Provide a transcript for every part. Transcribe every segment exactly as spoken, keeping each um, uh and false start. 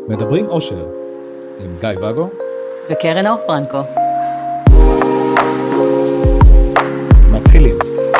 מדברים אושר עם גיא וגו וקרן אור פרנקו. מתחילים.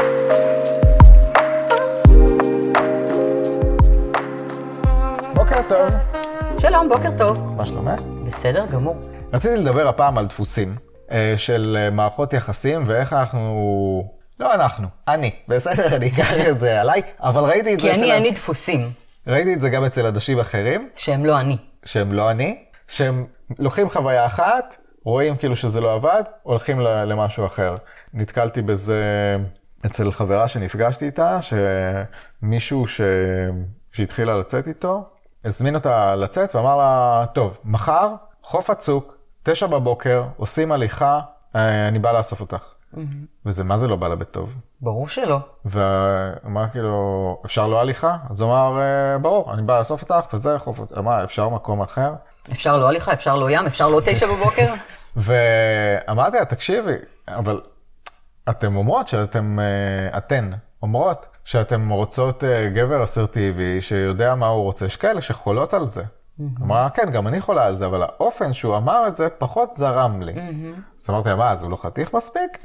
בוקר טוב. שלום, בוקר טוב. מה שלומך? בסדר גמור. רציתי לדבר הפעם על דפוסים של מערכות יחסים ואיך אנחנו... לא אנחנו, אני. בסדר, אני אקח את זה עליי, אבל ראיתי את זה כי אצל... אני אין לי דפוסים. ראיתי את זה גם אצל אנשים אחרים. שהם לא אני. שהם לא אני. שהם לוקחים חוויה אחת, רואים כאילו שזה לא עבד, הולכים למשהו אחר. נתקלתי בזה אצל חברה שנפגשתי איתה, שמישהו ש... שהתחילה לצאת איתו, הזמין אותה לצאת ואמר לה, טוב, מחר, חוף הצוק, תשע בבוקר, עושים הליכה, אני בא לאסוף אותך. Mm-hmm. וזה, מה זה לא בא לה בטוב? ברור שלא. ואמר כאילו, אפשר לא הליכה? אז הוא אמר, ברור, אני בא לאסוף אותך, וזה חוף, אמר, אפשר מקום אחר? אפשר לא הליכה, אפשר לא ים, אפשר לא תשע בבוקר? ואמרתי לה, תקשיבי, אבל אתם אומרות שאתם, אתן אומרות, שאתם רוצות גבר אסרטיבי שיודע מה הוא רוצה, יש כאלה שחולות על זה. אמרה, כן, גם אני חולה על זה, אבל האופן שהוא אמר את זה פחות זרם לי. אז אמרתי, מה, אז הוא לא חתיך מספיק?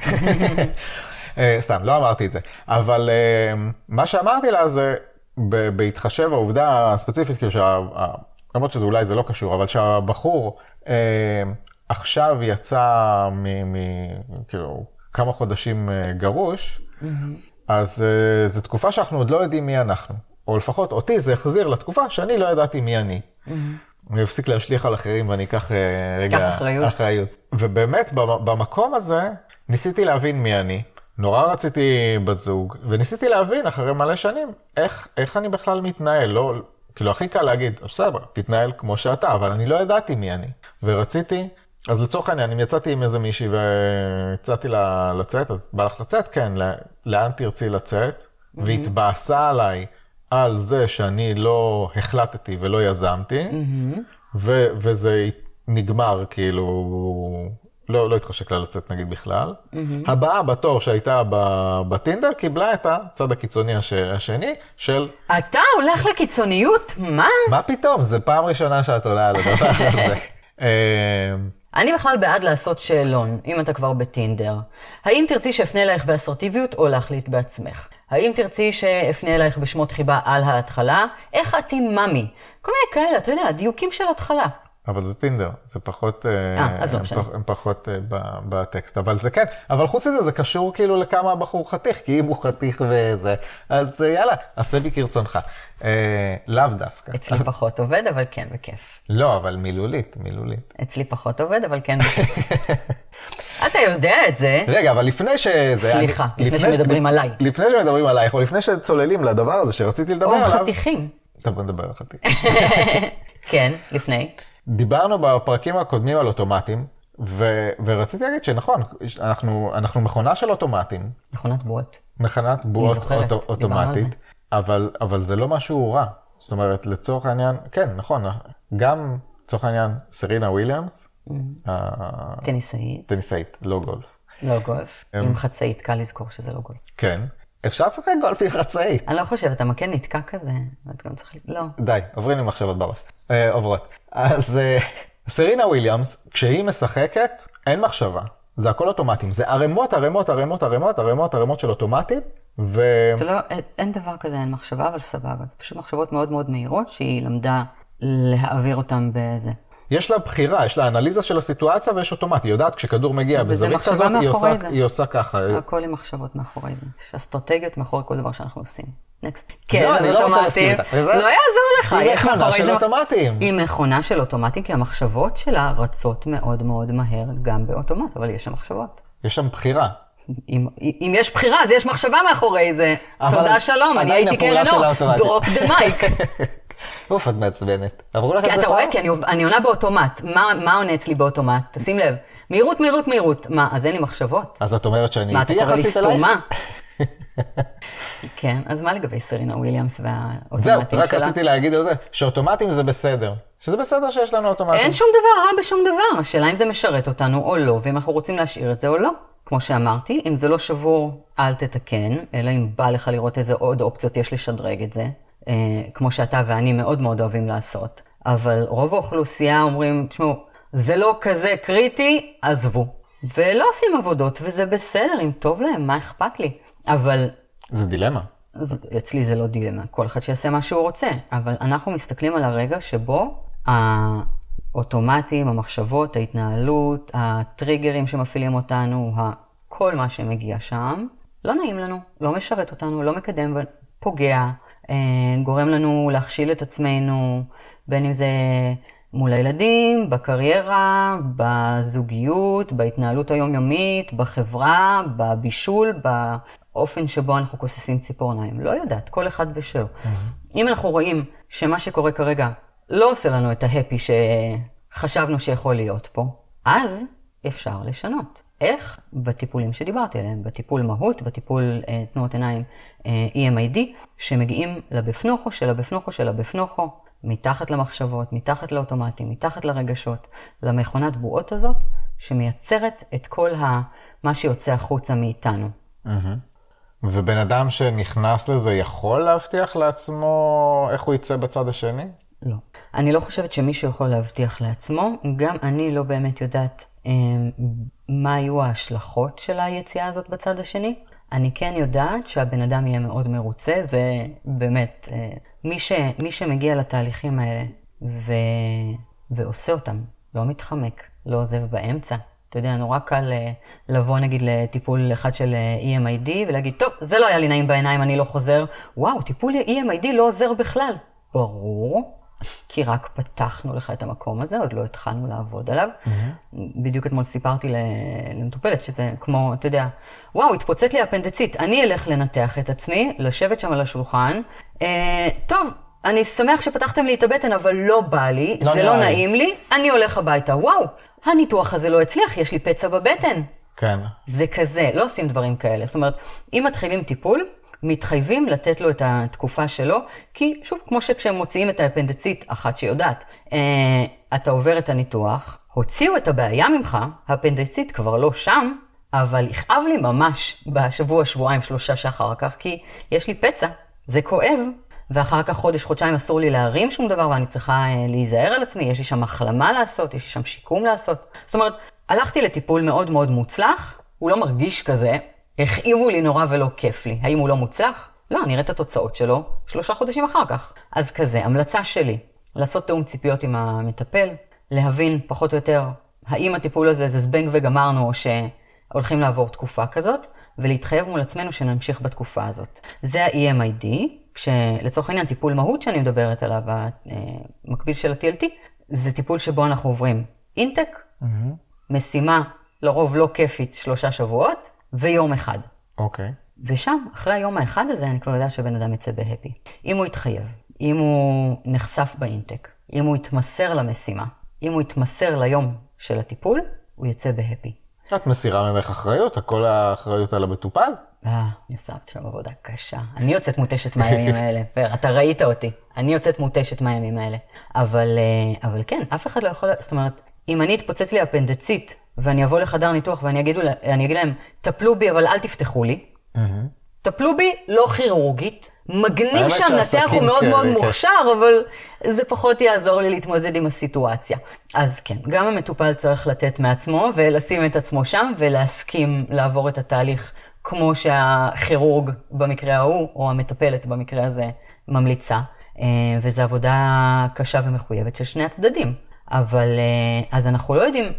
סתם, לא אמרתי את זה. אבל מה שאמרתי לה זה, בהתחשב העובדה הספציפית, כאילו למרות שזה אולי זה לא קשור, אבל שהבחור עכשיו יצא מכאילו כמה חודשים גרוש, אז uh, זו תקופה שאנחנו עוד לא יודעים מי אנחנו. או לפחות אותי זה החזיר לתקופה שאני לא ידעתי מי אני. Mm-hmm. אני אפסיק להשליך על אחרים ואני אקח uh, רגע אחריות. אחריות. ובאמת במקום הזה ניסיתי להבין מי אני. נורא רציתי בת זוג. וניסיתי להבין אחרי מלא שנים איך, איך אני בכלל מתנהל. לא, כאילו הכי קל להגיד, בסדר, תתנהל כמו שאתה, אבל אני לא ידעתי מי אני. ורציתי... אז לצורך העניין, אם יצאתי עם איזה מישהי ויצאתי לה לצאת, אז בא לך לצאת? כן, לאן תרצי לצאת? Mm-hmm. והתבאסה עליי על זה שאני לא החלטתי ולא יזמתי, mm-hmm. ו- וזה נגמר כאילו, לא, לא התחשק לה לצאת נגיד בכלל. Mm-hmm. הבאה בתור שהייתה בטינדר קיבלה את הצד הקיצוני הש- השני של... אתה הולך לקיצוניות? מה? מה פתאום? זה פעם ראשונה שאת עולה על הדבר הזה. אני בכלל בעד לעשות שאלון, אם אתה כבר בטינדר. האם תרצי שאפנה אלייך באסרטיביות או להחליט בעצמך? האם תרצי שאפנה אלייך בשמות חיבה על ההתחלה? איך את עם ממי? כל מיני כאלה, אתה יודע, דיוקים של התחלה. אבל זה טינדר, זה פחות, אה, אז לא משנה. הם פחות בטקסט, אבל זה כן, אבל חוץ מזה זה קשור כאילו לכמה הבחור חתיך, כי אם הוא חתיך וזה, אז יאללה, עשה בי כרצונך. לאו דווקא. אצלי פחות עובד, אבל כן, בכיף. לא, אבל מילולית, מילולית. אצלי פחות עובד, אבל כן, בכיף. אתה יודע את זה. רגע, אבל לפני שזה... סליחה, לפני שמדברים עליי. לפני שמדברים עלייך, או לפני שצוללים לדבר הזה שרציתי לדבר עליו. או חתיכים. אתה בוא נדבר על חתיך. כן, לפני. דיברנו בפרקים הקודמים על אוטומטים, ו- ורציתי להגיד שנכון, אנחנו, אנחנו מכונה של אוטומטים. מכונת בועות. מכונת בועות אוטו, אוטומטית, אבל, אבל זה לא משהו רע. זאת אומרת, לצורך העניין, כן, נכון, גם לצורך העניין, סרינה וויליאמס, mm-hmm. טניסאית. טניסאית, לא גולף. לא גולף, הם... עם חצאית, קל לזכור שזה לא גולף. כן. אפשר לשחק גולף עם חצאית. אני לא חושבת, המקן נתקע כזה, ואת גם צריך... לא. די, עוברים לי מחשבות בראש. אה, עוברות. אז אה, סרינה וויליאמס, כשהיא משחקת, אין מחשבה. זה הכל אוטומטים. זה ערימות, ערימות, ערימות, ערימות, ערימות, ערימות של אוטומטים, ו... זה לא, אין דבר כזה, אין מחשבה, אבל סבבה. זה פשוט מחשבות מאוד מאוד מהירות, שהיא למדה להעביר אותן בזה. יש לה בחירה, יש לה אנליזה של הסיטואציה ויש אוטומטי. היא יודעת, כשכדור מגיע בזווית כזאת, היא עושה, היא עושה ככה. הכל עם מחשבות מאחורי זה. יש אסטרטגיות מאחורי כל דבר שאנחנו עושים. נקסט. כן, לא, אני לא רוצה להסכים איתה. לא יעזור לך. היא מכונה של אוטומטים. היא מכונה של אוטומטים, כי המחשבות שלה רצות מאוד מאוד מהר גם באוטומט, אבל יש שם מחשבות. יש שם בחירה. אם, אם יש בחירה, אז יש מחשבה מאחורי זה. תודה, שלום, אני הייתי קרן אור. דרופ דה מייק. אוף, את מעצבנת. כי אתה רואה, כי אני, אני עונה באוטומט. מה, מה עונה אצלי באוטומט? תשים לב. מהירות, מהירות, מהירות. מה, אז אין לי מחשבות. אז את אומרת שאני איתי יחסית אלייך? מה, אתה קורא לי סתומה? כן, אז מה לגבי סרינה וויליאמס והאוטומטים שלה? שלה? זהו, רק רציתי להגיד על זה, שאוטומטים זה בסדר. שזה בסדר שיש לנו אוטומטים. אין שום דבר רע בשום דבר. השאלה אם זה משרת אותנו או לא, ואם אנחנו רוצים להשאיר את זה או לא. כמו שאמרתי, אם זה לא שבור, אל תתקן, אלא אם בא לך לראות איזה עוד אופציות יש לשדרג את זה. כמו שאתה ואני מאוד מאוד אוהבים לעשות. אבל רוב האוכלוסייה אומרים, תשמעו, זה לא כזה קריטי, עזבו. ולא עושים עבודות, וזה בסדר, אם טוב להם, מה אכפת לי? אבל... זה דילמה. אצלי זה לא דילמה, כל אחד שיעשה מה שהוא רוצה, אבל אנחנו מסתכלים על הרגע שבו האוטומטים, המחשבות, ההתנהלות, הטריגרים שמפעילים אותנו, כל מה שמגיע שם, לא נעים לנו, לא משרת אותנו, לא מקדם, פוגע, גורם לנו להכשיל את עצמנו, בין אם זה מול הילדים, בקריירה, בזוגיות, בהתנהלות היומיומית, בחברה, בבישול, באופן שבו אנחנו כוססים ציפורניים. לא יודעת, כל אחד ושלו. Mm-hmm. אם אנחנו רואים שמה שקורה כרגע לא עושה לנו את ההפי שחשבנו שיכול להיות פה, אז אפשר לשנות. איך? בטיפולים שדיברתי עליהם, בטיפול מהות, בטיפול אה, תנועות עיניים אה, אי אם איי די, שמגיעים לבפנוכו של הבפנוכו של הבפנוכו, מתחת למחשבות, מתחת לאוטומטים, מתחת לרגשות, למכונת בועות הזאת, שמייצרת את כל ה... מה שיוצא החוצה מאיתנו. Mm-hmm. ובן אדם שנכנס לזה יכול להבטיח לעצמו איך הוא יצא בצד השני? לא. אני לא חושבת שמישהו יכול להבטיח לעצמו, גם אני לא באמת יודעת אה, מה יהיו ההשלכות של היציאה הזאת בצד השני. אני כן יודעת שהבן אדם יהיה מאוד מרוצה, זה באמת, אה, מי, ש, מי שמגיע לתהליכים האלה ו, ועושה אותם, לא מתחמק, לא עוזב באמצע. אתה יודע, נורא קל לבוא נגיד לטיפול אחד של אי אם איי די ולהגיד, טוב, זה לא היה לי נעים בעיניים, אני לא חוזר. וואו, טיפול אי אם איי די לא עוזר בכלל. ברור, כי רק פתחנו לך את המקום הזה, עוד לא התחלנו לעבוד עליו. Mm-hmm. בדיוק אתמול סיפרתי למטופלת שזה כמו, אתה יודע, וואו, התפוצץ לי אפנדצית, אני אלך לנתח את עצמי, לשבת שם על השולחן. אה, טוב, אני שמח שפתחתם לי את הבטן, אבל לא בא לי, לא זה לא נעים לי, אני הולך הביתה. וואו, הניתוח הזה לא הצליח, יש לי פצע בבטן. כן. זה כזה, לא עושים דברים כאלה. זאת אומרת, אם מתחילים טיפול, מתחייבים לתת לו את התקופה שלו, כי שוב, כמו שכשהם מוציאים את האפנדצית, אחת שיודעת, אה, אתה עובר את הניתוח, הוציאו את הבעיה ממך, האפנדצית כבר לא שם, אבל יכאב לי ממש בשבוע, שבועיים, שלושה שאחר כך, כי יש לי פצע, זה כואב, ואחר כך חודש, חודשיים אסור לי להרים שום דבר, ואני צריכה אה, להיזהר על עצמי, יש לי שם החלמה לעשות, יש לי שם שיקום לעשות. זאת אומרת, הלכתי לטיפול מאוד מאוד מוצלח, הוא לא מרגיש כזה, הכאיבו לי נורא ולא כיף לי. האם הוא לא מוצלח? לא, אני אראה את התוצאות שלו שלושה חודשים אחר כך. אז כזה, המלצה שלי, לעשות תאום ציפיות עם המטפל, להבין פחות או יותר האם הטיפול הזה זה זבנג וגמרנו או שהולכים לעבור תקופה כזאת, ולהתחייב מול עצמנו שנמשיך בתקופה הזאת. זה ה-אי אם איי די, כשלצורך העניין טיפול מהות שאני מדברת עליו, המקביל של ה-טי אל טי, זה טיפול שבו אנחנו עוברים אינטק, mm-hmm. משימה לרוב לא כיפית שלושה שבועות, ויום אחד. אוקיי. Okay. ושם, אחרי היום האחד הזה, אני כבר יודע שבן אדם יצא בהפי. אם הוא יתחייב, אם הוא נחשף באינטק, אם הוא יתמסר למשימה, אם הוא יתמסר ליום של הטיפול, הוא יצא בהפי. את מסירה ממך אחריות, הכל האחריות על המטופל? אה, אני עושה שם עבודה קשה. אני יוצאת מוטשת מהימים האלה, פר, אתה ראית אותי. אני יוצאת מוטשת מהימים האלה. אבל, אבל כן, אף אחד לא יכול, זאת אומרת, אם אני אתפוצץ לי אפנדצית, ואני אבוא לחדר ניתוח ואני אגיד, אני אגיד להם, טפלו בי, אבל אל תפתחו לי. Mm-hmm. טפלו בי, לא כירורגית. מגניב שהמנתח הוא מאוד מאוד מוכשר, אבל זה פחות יעזור לי להתמודד עם הסיטואציה. אז כן, גם המטופל צריך לתת מעצמו, ולשים את עצמו שם, ולהסכים לעבור את התהליך, כמו שהכירורג במקרה ההוא, או המטפלת במקרה הזה, ממליצה. וזו עבודה קשה ומחויבת של שני הצדדים. אבל אז אנחנו לא יודעים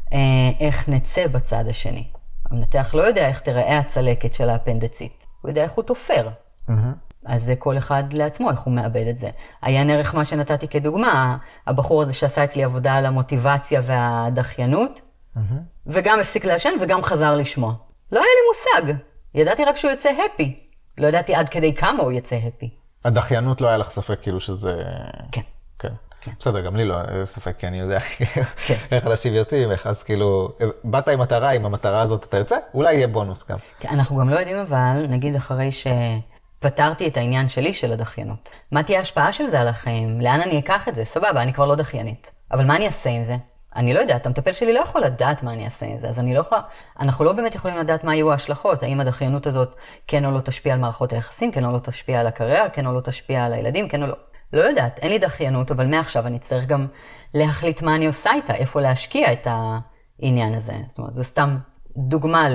איך נצא בצד השני. המנתח לא יודע איך תראה הצלקת של האפנדצית. הוא יודע איך הוא תופר. Mm-hmm. אז זה כל אחד לעצמו, איך הוא מאבד את זה. היה נערך מה שנתתי כדוגמה, הבחור הזה שעשה אצלי עבודה על המוטיבציה והדחיינות, mm-hmm. וגם הפסיק לעשן וגם חזר לשמוע. לא היה לי מושג. ידעתי רק שהוא יצא הפי. לא ידעתי עד כדי כמה הוא יצא הפי. הדחיינות לא היה לך ספק כאילו שזה... כן. כן. כן. בסדר, גם לי לא ספק, כי אני יודע כן. איך אנשים יוצאים, איך אז כאילו, באת עם מטרה, עם המטרה הזאת אתה יוצא, אולי יהיה בונוס גם. כן, אנחנו גם לא יודעים אבל, נגיד אחרי שפתרתי את העניין שלי של הדחיינות. מה תהיה ההשפעה של זה על החיים? לאן אני אקח את זה? סבבה, אני כבר לא דחיינית. אבל מה אני אעשה עם זה? אני לא יודעת, המטפל שלי לא יכול לדעת מה אני אעשה עם זה, אז אני לא יכולה, אנחנו לא באמת יכולים לדעת מה יהיו ההשלכות, האם הדחיינות הזאת כן או לא תשפיע על מערכות היחסים, כן או לא תשפיע על הקריירה, כן או לא תשפיע על הילדים, כן או לא. לא יודעת, אין לי דחיינות, אבל מעכשיו אני צריך גם להחליט מה אני עושה איתה, איפה להשקיע את העניין הזה. זאת אומרת, זו סתם דוגמה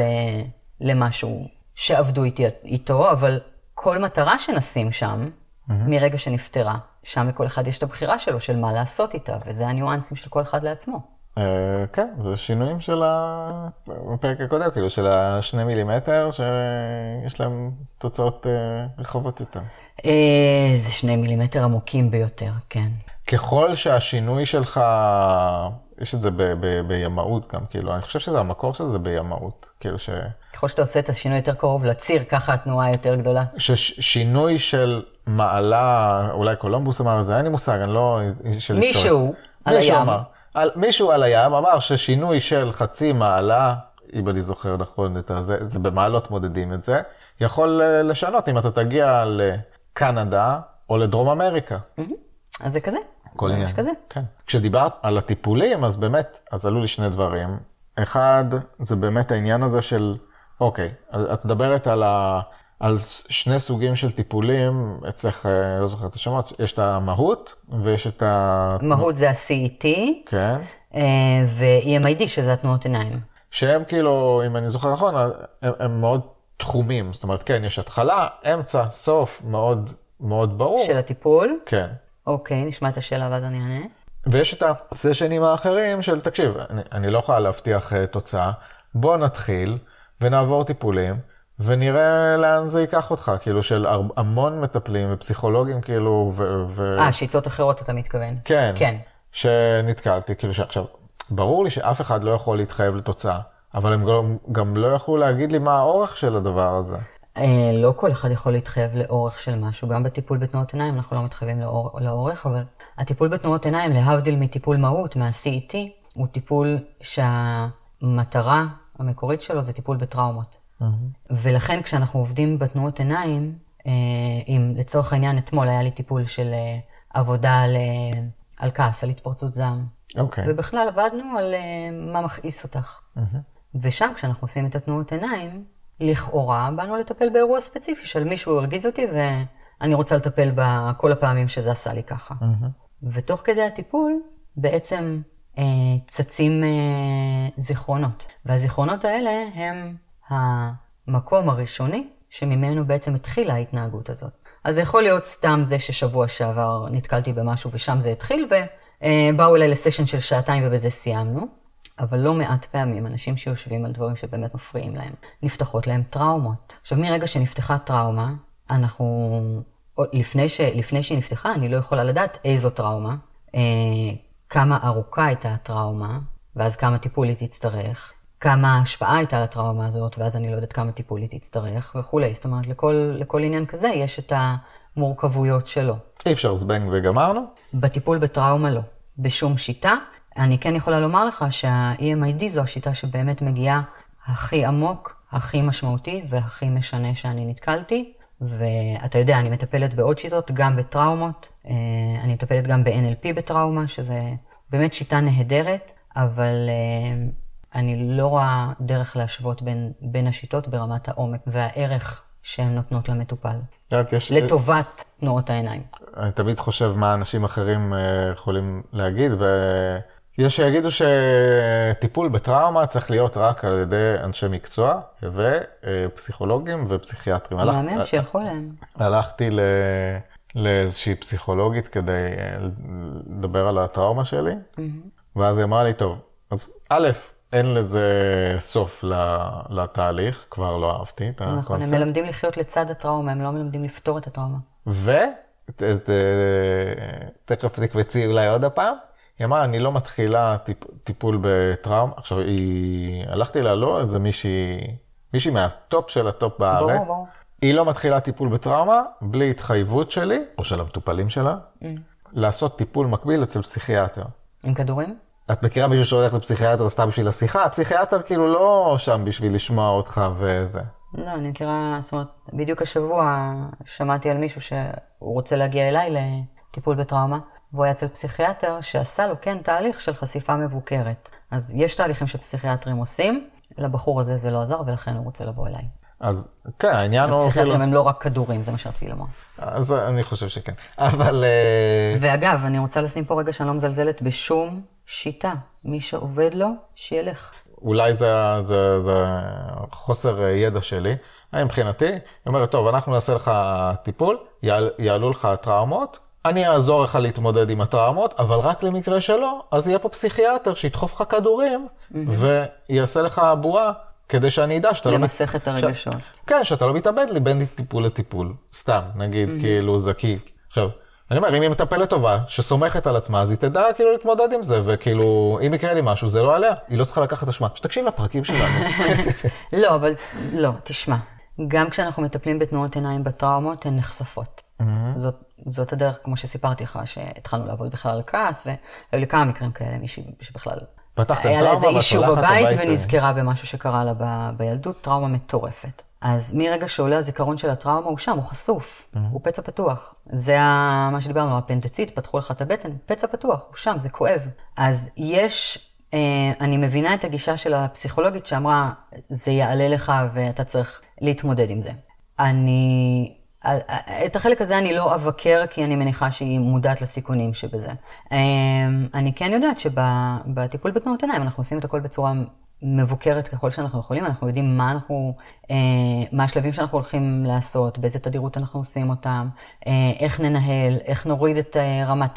למשהו שעבדו איתי, איתו, אבל כל מטרה שנשים שם, mm-hmm. מרגע שנפטרה, שם לכל אחד יש את הבחירה שלו, של מה לעשות איתה, וזה הניואנסים של כל אחד לעצמו. כן, זה שינויים של הפרק הקודם, כאילו של השני מילימטר, שיש להם תוצאות רחבות יותר. זה שני מילימטר עמוקים ביותר, כן. ככל שהשינוי שלך, יש את זה בימאות גם, כאילו, אני חושב שזה המקור של זה בימאות, כאילו ש... ככל שאתה עושה את השינוי יותר קרוב לציר, ככה התנועה יותר גדולה. ששינוי של מעלה, אולי קולומבוס אמר, זה אין לי מושג, אני לא... מישהו על הים. על, מישהו על הים אמר ששינוי של חצי מעלה, אם אני זוכר נכון, זה, זה במעלות מודדים את זה, יכול לשנות אם אתה תגיע לקנדה או לדרום אמריקה. Mm-hmm. אז זה כזה. כל עניין. כזה. כן. כשדיברת על הטיפולים, אז באמת, אז עלו לי שני דברים. אחד, זה באמת העניין הזה של, אוקיי, את מדברת על, ה, על שני סוגים של טיפולים, אצלך, לא זוכר את השמות, יש את המהות ויש את ה... מהות זה ה-סי אי טי, כן. ו-אי אם איי די שזה התנועות עיניים. שהם כאילו, אם אני זוכר נכון, הם, הם מאוד תחומים, זאת אומרת, כן, יש התחלה, אמצע, סוף, מאוד, מאוד ברור. של הטיפול? כן. אוקיי, נשמע את השאלה ואז אני אענה. ויש את הסשנים האחרים של, תקשיב, אני, אני לא יכולה להבטיח uh, תוצאה, בוא נתחיל ונעבור טיפולים, ונראה לאן זה ייקח אותך, כאילו של המון מטפלים ופסיכולוגים, כאילו, ו... ו... אה, שיטות אחרות אתה מתכוון. כן. כן. שנתקלתי, כאילו שעכשיו, ברור לי שאף אחד לא יכול להתחייב לתוצאה, אבל הם גם, גם לא יכלו להגיד לי מה האורך של הדבר הזה. אה, לא כל אחד יכול להתחייב לאורך של משהו, גם בטיפול בתנועות עיניים אנחנו לא מתחייבים לאור, לאורך, אבל הטיפול בתנועות עיניים, להבדיל מטיפול מהות, מה-סי אי טי, הוא טיפול שהמטרה המקורית שלו זה טיפול בטראומות. Mm-hmm. ולכן כשאנחנו עובדים בתנועות עיניים, אה, אם לצורך העניין אתמול היה לי טיפול של אה, עבודה על, אה, על כעס, על התפרצות זעם. אוקיי. ובכלל עבדנו על uh, מה מכעיס אותך. Mm-hmm. ושם כשאנחנו עושים את התנועות עיניים, לכאורה באנו לטפל באירוע ספציפי של מישהו הרגיז אותי ואני רוצה לטפל בכל הפעמים שזה עשה לי ככה. Mm-hmm. ותוך כדי הטיפול בעצם uh, צצים uh, זיכרונות. והזיכרונות האלה הם המקום הראשוני שממנו בעצם התחילה ההתנהגות הזאת. אז זה יכול להיות סתם זה ששבוע שעבר נתקלתי במשהו ושם זה התחיל ו... באו אליי לסשן של שעתיים ובזה סיימנו, אבל לא מעט פעמים אנשים שיושבים על דברים שבאמת מפריעים להם, נפתחות להם טראומות. עכשיו מרגע שנפתחה טראומה, אנחנו, לפני, ש, לפני שהיא נפתחה, אני לא יכולה לדעת איזו טראומה, אה, כמה ארוכה הייתה הטראומה, ואז כמה טיפול היא תצטרך, כמה השפעה הייתה לטראומה הזאת, ואז אני לא יודעת כמה טיפול היא תצטרך וכו'. זאת אומרת, לכל, לכל עניין כזה יש את ה... מורכבויות שלו. אי אפשר זבנג וגמרנו? בטיפול בטראומה לא. בשום שיטה. אני כן יכולה לומר לך שה-אי אם איי די זו השיטה שבאמת מגיעה הכי עמוק, הכי משמעותי והכי משנה שאני נתקלתי. ואתה יודע, אני מטפלת בעוד שיטות, גם בטראומות. אני מטפלת גם ב-אן אל פי בטראומה, שזה באמת שיטה נהדרת, אבל אני לא רואה דרך להשוות בין, בין השיטות ברמת העומק והערך שהן נותנות למטופל. יש... לטובת תנועות העיניים. אני תמיד חושב מה אנשים אחרים יכולים להגיד, ויש שיגידו שטיפול בטראומה צריך להיות רק על ידי אנשי מקצוע, ופסיכולוגים ופסיכיאטרים. מאמן שילכו להם. הלכתי לאיזושהי פסיכולוגית כדי לדבר על הטראומה שלי, ואז היא אמרה לי, טוב, אז א', אין לזה סוף לתהליך, כבר לא אהבתי את הקונספט. נכון, הם מלמדים לחיות לצד הטראומה, הם לא מלמדים לפתור את הטראומה. ותכף תקבצי אולי עוד הפעם, היא אמרה, אני לא מתחילה טיפול בטראומה, עכשיו היא, הלכתי לה לא, זה מישהי, מישהי מהטופ של הטופ בארץ, בוא, בוא. היא לא מתחילה טיפול בטראומה, בלי התחייבות שלי, או של המטופלים שלה, mm. לעשות טיפול מקביל אצל פסיכיאטר. עם כדורים? את מכירה מישהו שהולך לפסיכיאטר סתם בשביל השיחה? הפסיכיאטר כאילו לא שם בשביל לשמוע אותך וזה. לא, אני מכירה, זאת אומרת, בדיוק השבוע שמעתי על מישהו שהוא רוצה להגיע אליי לטיפול בטראומה, והוא היה אצל פסיכיאטר שעשה לו, כן, תהליך של חשיפה מבוקרת. אז יש תהליכים שפסיכיאטרים עושים, לבחור הזה זה לא עזר ולכן הוא רוצה לבוא אליי. אז כן, העניין הוא... אז פסיכיאטרים הם לא רק כדורים, זה מה שרציתי לומר. אז אני חושב שכן. אבל... ואגב, אני רוצה לשים פה רגע שאני לא מזלזלת בשום שיטה. מי שעובד לו, שילך. אולי זה, זה, זה חוסר ידע שלי. אני מבחינתי, היא אומרת, טוב, אנחנו נעשה לך טיפול, יעל, יעלו לך טראומות, אני אעזור לך להתמודד עם הטראומות, אבל רק למקרה שלא, אז יהיה פה פסיכיאטר שידחוף לך כדורים, mm-hmm. ויעשה לך בועה, כדי שאני אדע שאתה לא... למסך את הרגשות. ש... כן, שאתה לא מתאבד לי בין טיפול לטיפול. סתם, נגיד, mm-hmm. כאילו, זה כי... עכשיו, אני אומר, אם היא מטפלת טובה, שסומכת על עצמה, אז היא תדע כאילו להתמודד עם זה, וכאילו, אם יקרה לי משהו, זה לא עליה. היא לא צריכה לקחת אשמה. שתקשיב לפרקים שלנו. לא, אבל לא, תשמע. גם כשאנחנו מטפלים בתנועות עיניים בטראומות, הן נחשפות. Mm-hmm. זאת, זאת הדרך, כמו שסיפרתי לך, שהתחלנו לעבוד בכלל על כעס, והיו לי כמה מקרים כאלה, מישהי שבכלל... היה לה איזה אישו בבית ונזכרה במשהו שקרה לה ב, בילדות, טראומה מטורפת. אז מרגע שעולה הזיכרון של הטראומה, הוא שם, הוא חשוף, mm-hmm. הוא פצע פתוח. זה מה שדיברנו, הפנדצית, פתחו לך את הבטן, פצע פתוח, הוא שם, זה כואב. אז יש... אני מבינה את הגישה של הפסיכולוגית שאמרה, זה יעלה לך ואתה צריך להתמודד עם זה. אני, את החלק הזה אני לא אבקר, כי אני מניחה שהיא מודעת לסיכונים שבזה. אני כן יודעת שבטיפול בתנועות עיניים אנחנו עושים את הכל בצורה מבוקרת ככל שאנחנו יכולים, אנחנו יודעים מה אנחנו, מה השלבים שאנחנו הולכים לעשות, באיזה תדירות אנחנו עושים אותם, איך ננהל, איך נוריד את רמת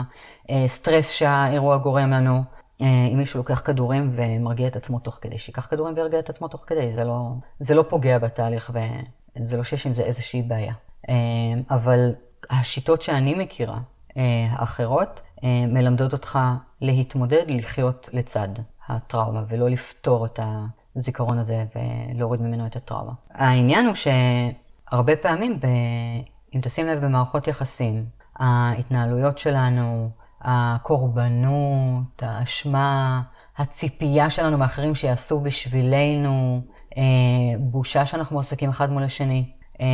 הסטרס שהאירוע גורם לנו. אם מישהו לוקח כדורים ומרגיע את עצמו תוך כדי, שיקח כדורים וירגיע את עצמו תוך כדי, זה לא, זה לא פוגע בתהליך וזה לא שיש עם זה איזושהי בעיה. אבל השיטות שאני מכירה, האחרות, מלמדות אותך להתמודד, לחיות לצד הטראומה ולא לפתור את הזיכרון הזה ולהוריד ממנו את הטראומה. העניין הוא שהרבה פעמים, ב... אם תשים לב במערכות יחסים, ההתנהלויות שלנו, הקורבנות, האשמה, הציפייה שלנו מאחרים שיעשו בשבילנו, בושה שאנחנו מועסקים אחד מול השני.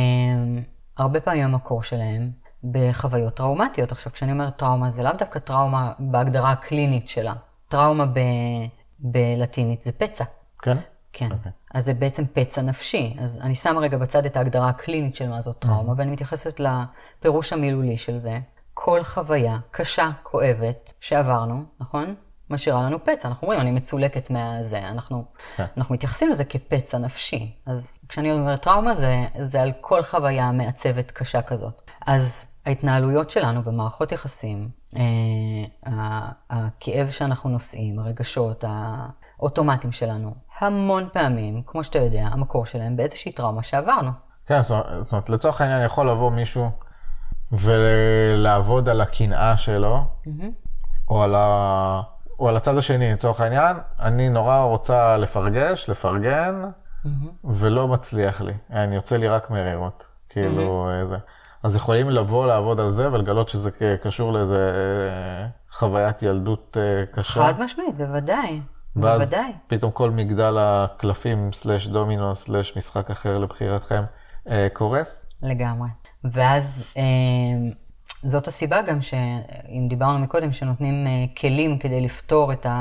הרבה פעמים המקור שלהם בחוויות טראומטיות. עכשיו, כשאני אומרת טראומה, זה לאו דווקא טראומה בהגדרה הקלינית שלה. טראומה ב... בלטינית זה פצע. כן? כן. Okay. אז זה בעצם פצע נפשי. אז אני שמה רגע בצד את ההגדרה הקלינית של מה זאת טראומה, mm-hmm. ואני מתייחסת לפירוש המילולי של זה. כל חוויה קשה, כואבת, שעברנו, נכון? משאירה לנו פצע. אנחנו אומרים, אני מצולקת מהזה. אנחנו, okay. אנחנו מתייחסים לזה כפצע נפשי. אז כשאני אומרת טראומה, זה, זה על כל חוויה מעצבת קשה כזאת. אז ההתנהלויות שלנו במערכות יחסים, אה, הכאב שאנחנו נושאים, הרגשות, האוטומטיים שלנו, המון פעמים, כמו שאתה יודע, המקור שלהם באיזושהי טראומה שעברנו. כן, זאת אומרת, לצורך העניין יכול לבוא מישהו ולעבוד על הקנאה שלו, mm-hmm. או, על ה... או על הצד השני, לצורך העניין, אני נורא רוצה לפרגש, לפרגן, mm-hmm. ולא מצליח לי. אני יוצא לי רק מרירות, כאילו mm-hmm. זה. אז יכולים לבוא לעבוד על זה ולגלות שזה קשור לאיזה חוויית ילדות קשה. חד משמעית, בוודאי. ואז בוודאי. פתאום כל מגדל הקלפים, סלש דומינו, סלש משחק אחר לבחירתכם, קורס. לגמרי. ואז זאת הסיבה גם שאם דיברנו מקודם, שנותנים כלים כדי לפתור את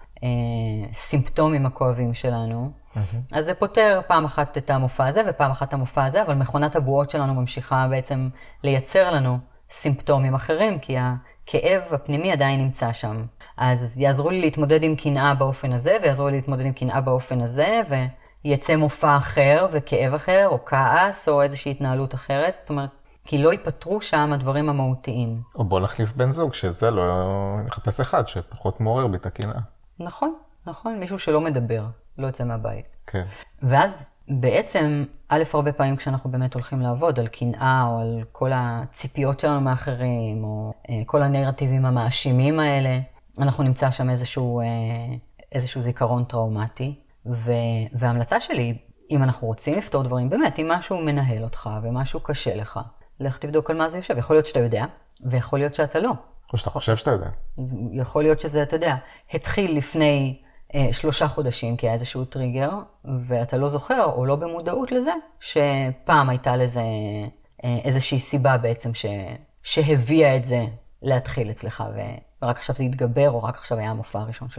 הסימפטומים הכואבים שלנו, אז זה פותר פעם אחת את המופע הזה ופעם אחת המופע הזה, אבל מכונת הבועות שלנו ממשיכה בעצם לייצר לנו סימפטומים אחרים, כי הכאב הפנימי עדיין נמצא שם. אז יעזרו לי להתמודד עם קנאה באופן הזה, ויעזרו לי להתמודד עם קנאה באופן הזה, ויצא מופע אחר וכאב אחר, או כעס, או איזושהי התנהלות אחרת. זאת אומרת, כי לא ייפטרו שם הדברים המהותיים. או בוא נחליף בן זוג, שזה לא נחפש אחד, שפחות מעורר בי את הקנאה. נכון, נכון, מישהו שלא מדבר. לא יוצא מהבית. כן. ואז בעצם, א', הרבה פעמים כשאנחנו באמת הולכים לעבוד על קנאה, או על כל הציפיות שלנו מאחרים, או אה, כל הנרטיבים המאשימים האלה, אנחנו נמצא שם איזשהו, אה, איזשהו זיכרון טראומטי. ו- וההמלצה שלי, אם אנחנו רוצים לפתור דברים, באמת, אם משהו מנהל אותך ומשהו קשה לך, לך תבדוק על מה זה יושב. יכול להיות שאתה יודע, ויכול להיות שאתה לא. או שאתה חושב שאתה יודע. יכול להיות שזה, אתה יודע, התחיל לפני שלושה חודשים, כי היה איזשהו טריגר, ואתה לא זוכר או לא במודעות לזה, שפעם הייתה לזה איזושהי סיבה בעצם ש... שהביאה את זה להתחיל אצלך, ורק עכשיו זה יתגבר, או רק עכשיו היה המופע הראשון של זה.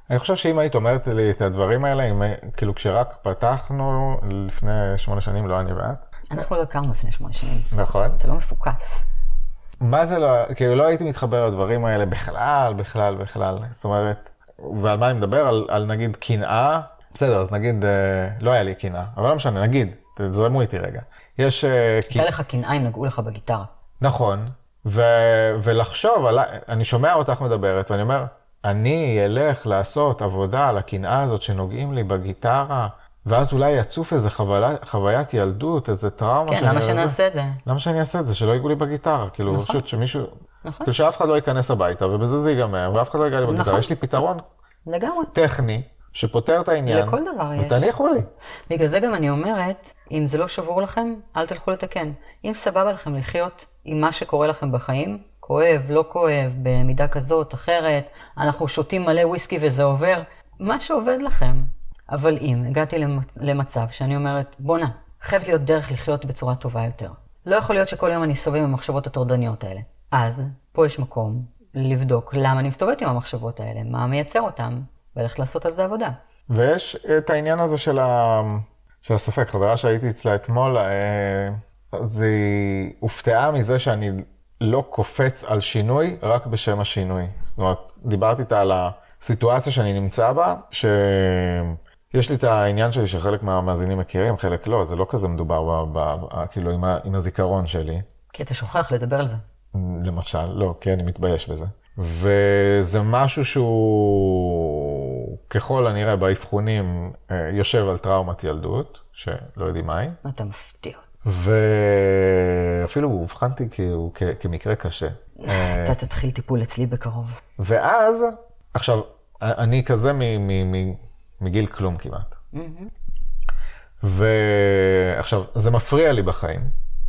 אני חושב שאם היית אומרת לי את הדברים האלה, אם, כאילו כשרק פתחנו לפני שמונה שנים, לא אני ואת. אנחנו לא הכרנו לפני שמונה שנים. נכון. אתה לא מפוקס. מה זה לא, כאילו לא הייתי מתחבר לדברים האלה בכלל, בכלל, בכלל. זאת אומרת, ועל מה אני מדבר? על, על נגיד קנאה. בסדר, אז נגיד, לא היה לי קנאה, אבל לא משנה, נגיד, תזרמו איתי רגע. יש... הייתה לך קנאה אם נגעו לך בגיטרה. נכון, ו- ולחשוב, על... אני שומע אותך מדברת, ואני אומר, אני אלך לעשות עבודה על הקנאה הזאת שנוגעים לי בגיטרה, ואז אולי יצוף איזה חוויה, חוויית ילדות, איזה טראומה. כן, למה שנעשה את זה? למה שאני אעשה את זה? שלא ייגעו לי בגיטרה. כאילו, נכון. פשוט שמישהו... נכון. כאילו שאף אחד לא ייכנס הביתה, ובזה זה ייגמר, ואף אחד לא ייגע לי בגיטרה. נכון. יש לי פתרון לגמרי. טכני, שפותר את העניין. לכל דבר יש. ותניחו לי. בגלל זה גם אני אומרת, אם זה לא שבור לכם, אל תלכו לתקן. אם סבבה לכם לחיות עם מה שקורה לכם בחיים, כואב, לא כואב, במידה כזאת, אחרת, אנחנו שותים מלא וויסקי וזה עובר, מה שעובד לכם. אבל אם הגעתי למצ... למצב שאני אומרת, בונה, חייבת להיות דרך לחיות בצורה טובה יותר. לא יכול להיות שכל יום אני סובל עם המחשבות הטורדניות האלה. אז, פה יש מקום לבדוק למה אני מסתובבת עם המחשבות האלה, מה מייצר אותם, ולכת לעשות על זה עבודה. ויש את העניין הזה של, ה... של הספק. חברה שהייתי אצלה אתמול, אז היא הופתעה מזה שאני לא קופץ על שינוי רק בשם השינוי. זאת אומרת, דיברתי איתה על הסיטואציה שאני נמצא בה, שיש לי את העניין שלי שחלק מהמאזינים מכירים, חלק לא, זה לא כזה מדובר ב... ב... כאילו עם, ה... עם הזיכרון שלי. כי אתה שוכח לדבר על זה. למשל, לא, כי אני מתבייש בזה. וזה משהו שהוא ככל הנראה באבחונים יושב על טראומת ילדות, שלא יודעים מהי. אתה מפתיע. ואפילו הובחנתי כאילו כ- כמקרה קשה. אתה תתחיל טיפול אצלי בקרוב. ואז, עכשיו, אני כזה מ- מ- מ- מגיל כלום כמעט. ועכשיו, זה מפריע לי בחיים.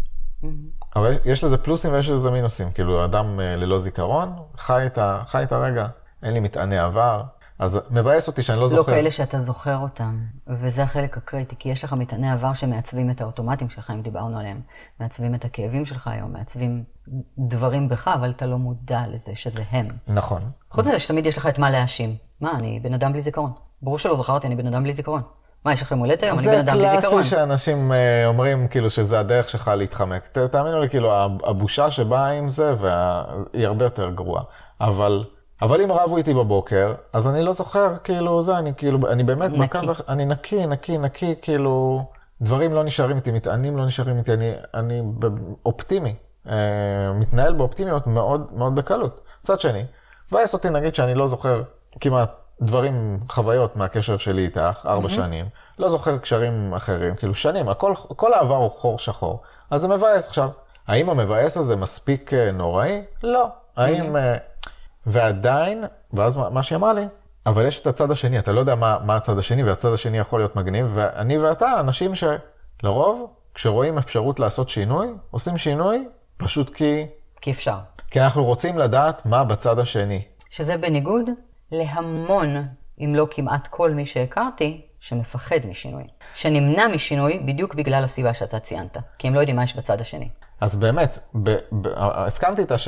אבל יש לזה פלוסים ויש לזה מינוסים. כאילו, אדם ללא זיכרון, חי את, ה, חי את הרגע, אין לי מטעני עבר, אז מבאס אותי שאני לא זוכר. לא כאלה שאתה זוכר אותם, וזה החלק הקריטי, כי יש לך מטעני עבר שמעצבים את האוטומטים שלך, אם דיברנו עליהם, מעצבים את הכאבים שלך היום, מעצבים דברים בך, אבל אתה לא מודע לזה שזה הם. נכון. חוץ מזה שתמיד יש לך את מה להאשים. מה, אני בן אדם בלי זיכרון. ברור שלא זכרתי, אני בן אדם בלי זיכרון. מה, יש לכם הולדת היום? אני בן אדם בלי זיכרון. זה קלאסי שאנשים אומרים כאילו שזה הדרך שלך להתחמק. תאמינו לי, כאילו, הבושה שבאה עם זה, היא הרבה יותר גרועה. אבל, אבל אם רבו איתי בבוקר, אז אני לא זוכר, כאילו, זה, אני כאילו, אני באמת נקי. אני נקי, נקי, נקי, כאילו, דברים לא נשארים איתי, מטענים לא נשארים איתי, אני, אני אופטימי, מתנהל באופטימיות מאוד, מאוד בקלות. צד שני, וייס אותי נגיד שאני לא זוכר כמעט דברים, חוויות מהקשר שלי איתך, ארבע שנים, לא זוכר קשרים אחרים, כאילו שנים, הכל, כל העבר הוא חור שחור, אז זה מבאס עכשיו. האם המבאס הזה מספיק נוראי? לא. האם... ועדיין, ואז מה שהיא אמרה לי, אבל יש את הצד השני, אתה לא יודע מה, מה הצד השני, והצד השני יכול להיות מגניב, ואני ואתה, אנשים שלרוב, כשרואים אפשרות לעשות שינוי, עושים שינוי פשוט כי... כי אפשר. כי אנחנו רוצים לדעת מה בצד השני. שזה בניגוד להמון, אם לא כמעט כל מי שהכרתי, שמפחד משינוי. שנמנע משינוי בדיוק בגלל הסיבה שאתה ציינת. כי הם לא יודעים מה יש בצד השני. אז באמת, ב- ב- הסכמתי איתה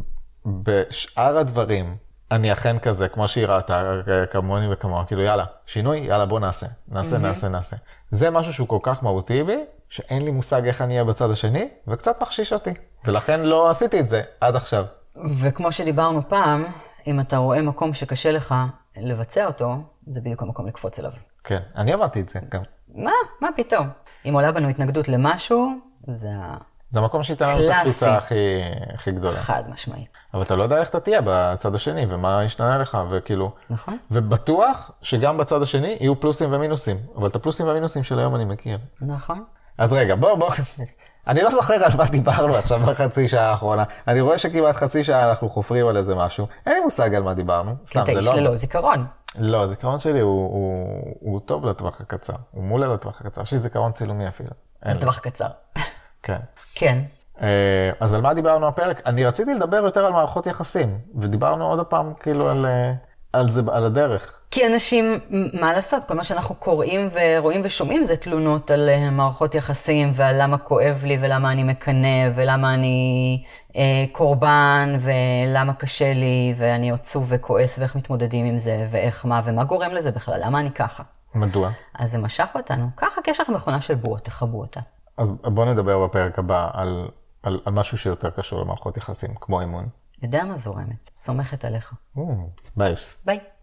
שבשאר הדברים, אני אכן כזה, כמו שהיא ראתה, כמוני וכמוה, כאילו יאללה, שינוי, יאללה בוא נעשה, נעשה, mm-hmm. נעשה, נעשה. זה משהו שהוא כל כך מהותי בי, שאין לי מושג איך אני אהיה בצד השני, וקצת מחשיש אותי. ולכן לא עשיתי את זה עד עכשיו. וכמו שדיברנו פעם, אם אתה רואה מקום שקשה לך לבצע אותו, זה בדיוק המקום לקפוץ אליו. כן, אני אמרתי את זה גם. מה? מה פתאום? אם עולה בנו התנגדות למשהו, זה ה... זה המקום שייתן לנו את הקפיצה הכי, הכי גדולה. חד משמעית. אבל אתה לא יודע איך אתה תהיה בצד השני, ומה ישתנה לך, וכאילו... נכון. ובטוח שגם בצד השני יהיו פלוסים ומינוסים. אבל את הפלוסים והמינוסים של היום אני מכיר. נכון. אז רגע, בוא, בוא. אני לא זוכר על מה דיברנו עכשיו בחצי שעה האחרונה. אני רואה שכמעט חצי שעה אנחנו חופרים על איזה משהו. אין לי מושג על מה דיברנו. סתם, זה לא... כי אתה איש ללא זיכרון. לא, הזיכרון שלי הוא, הוא, הוא טוב לטווח הקצר. הוא מולה לטווח הקצר. יש לי זיכרון צילומי אפילו. לטווח קצר. כן. כן. אז על מה דיברנו הפרק? אני רציתי לדבר יותר על מערכות יחסים. ודיברנו עוד הפעם כאילו על... על זה, על הדרך. כי אנשים, מה לעשות? כל מה שאנחנו קוראים ורואים ושומעים זה תלונות על מערכות יחסים ועל למה כואב לי ולמה אני מקנא ולמה אני אה, קורבן ולמה קשה לי ואני עצוב וכועס ואיך מתמודדים עם זה ואיך מה ומה גורם לזה בכלל, למה אני ככה. מדוע? אז זה משך אותנו. ככה כי יש לכם מכונה של בועות, תחבו אותה. אז בואו נדבר בפרק הבא על, על, על משהו שיותר קשור למערכות יחסים, כמו אימון. יודע מה זורמת, סומכת עליך. ביי. ביי.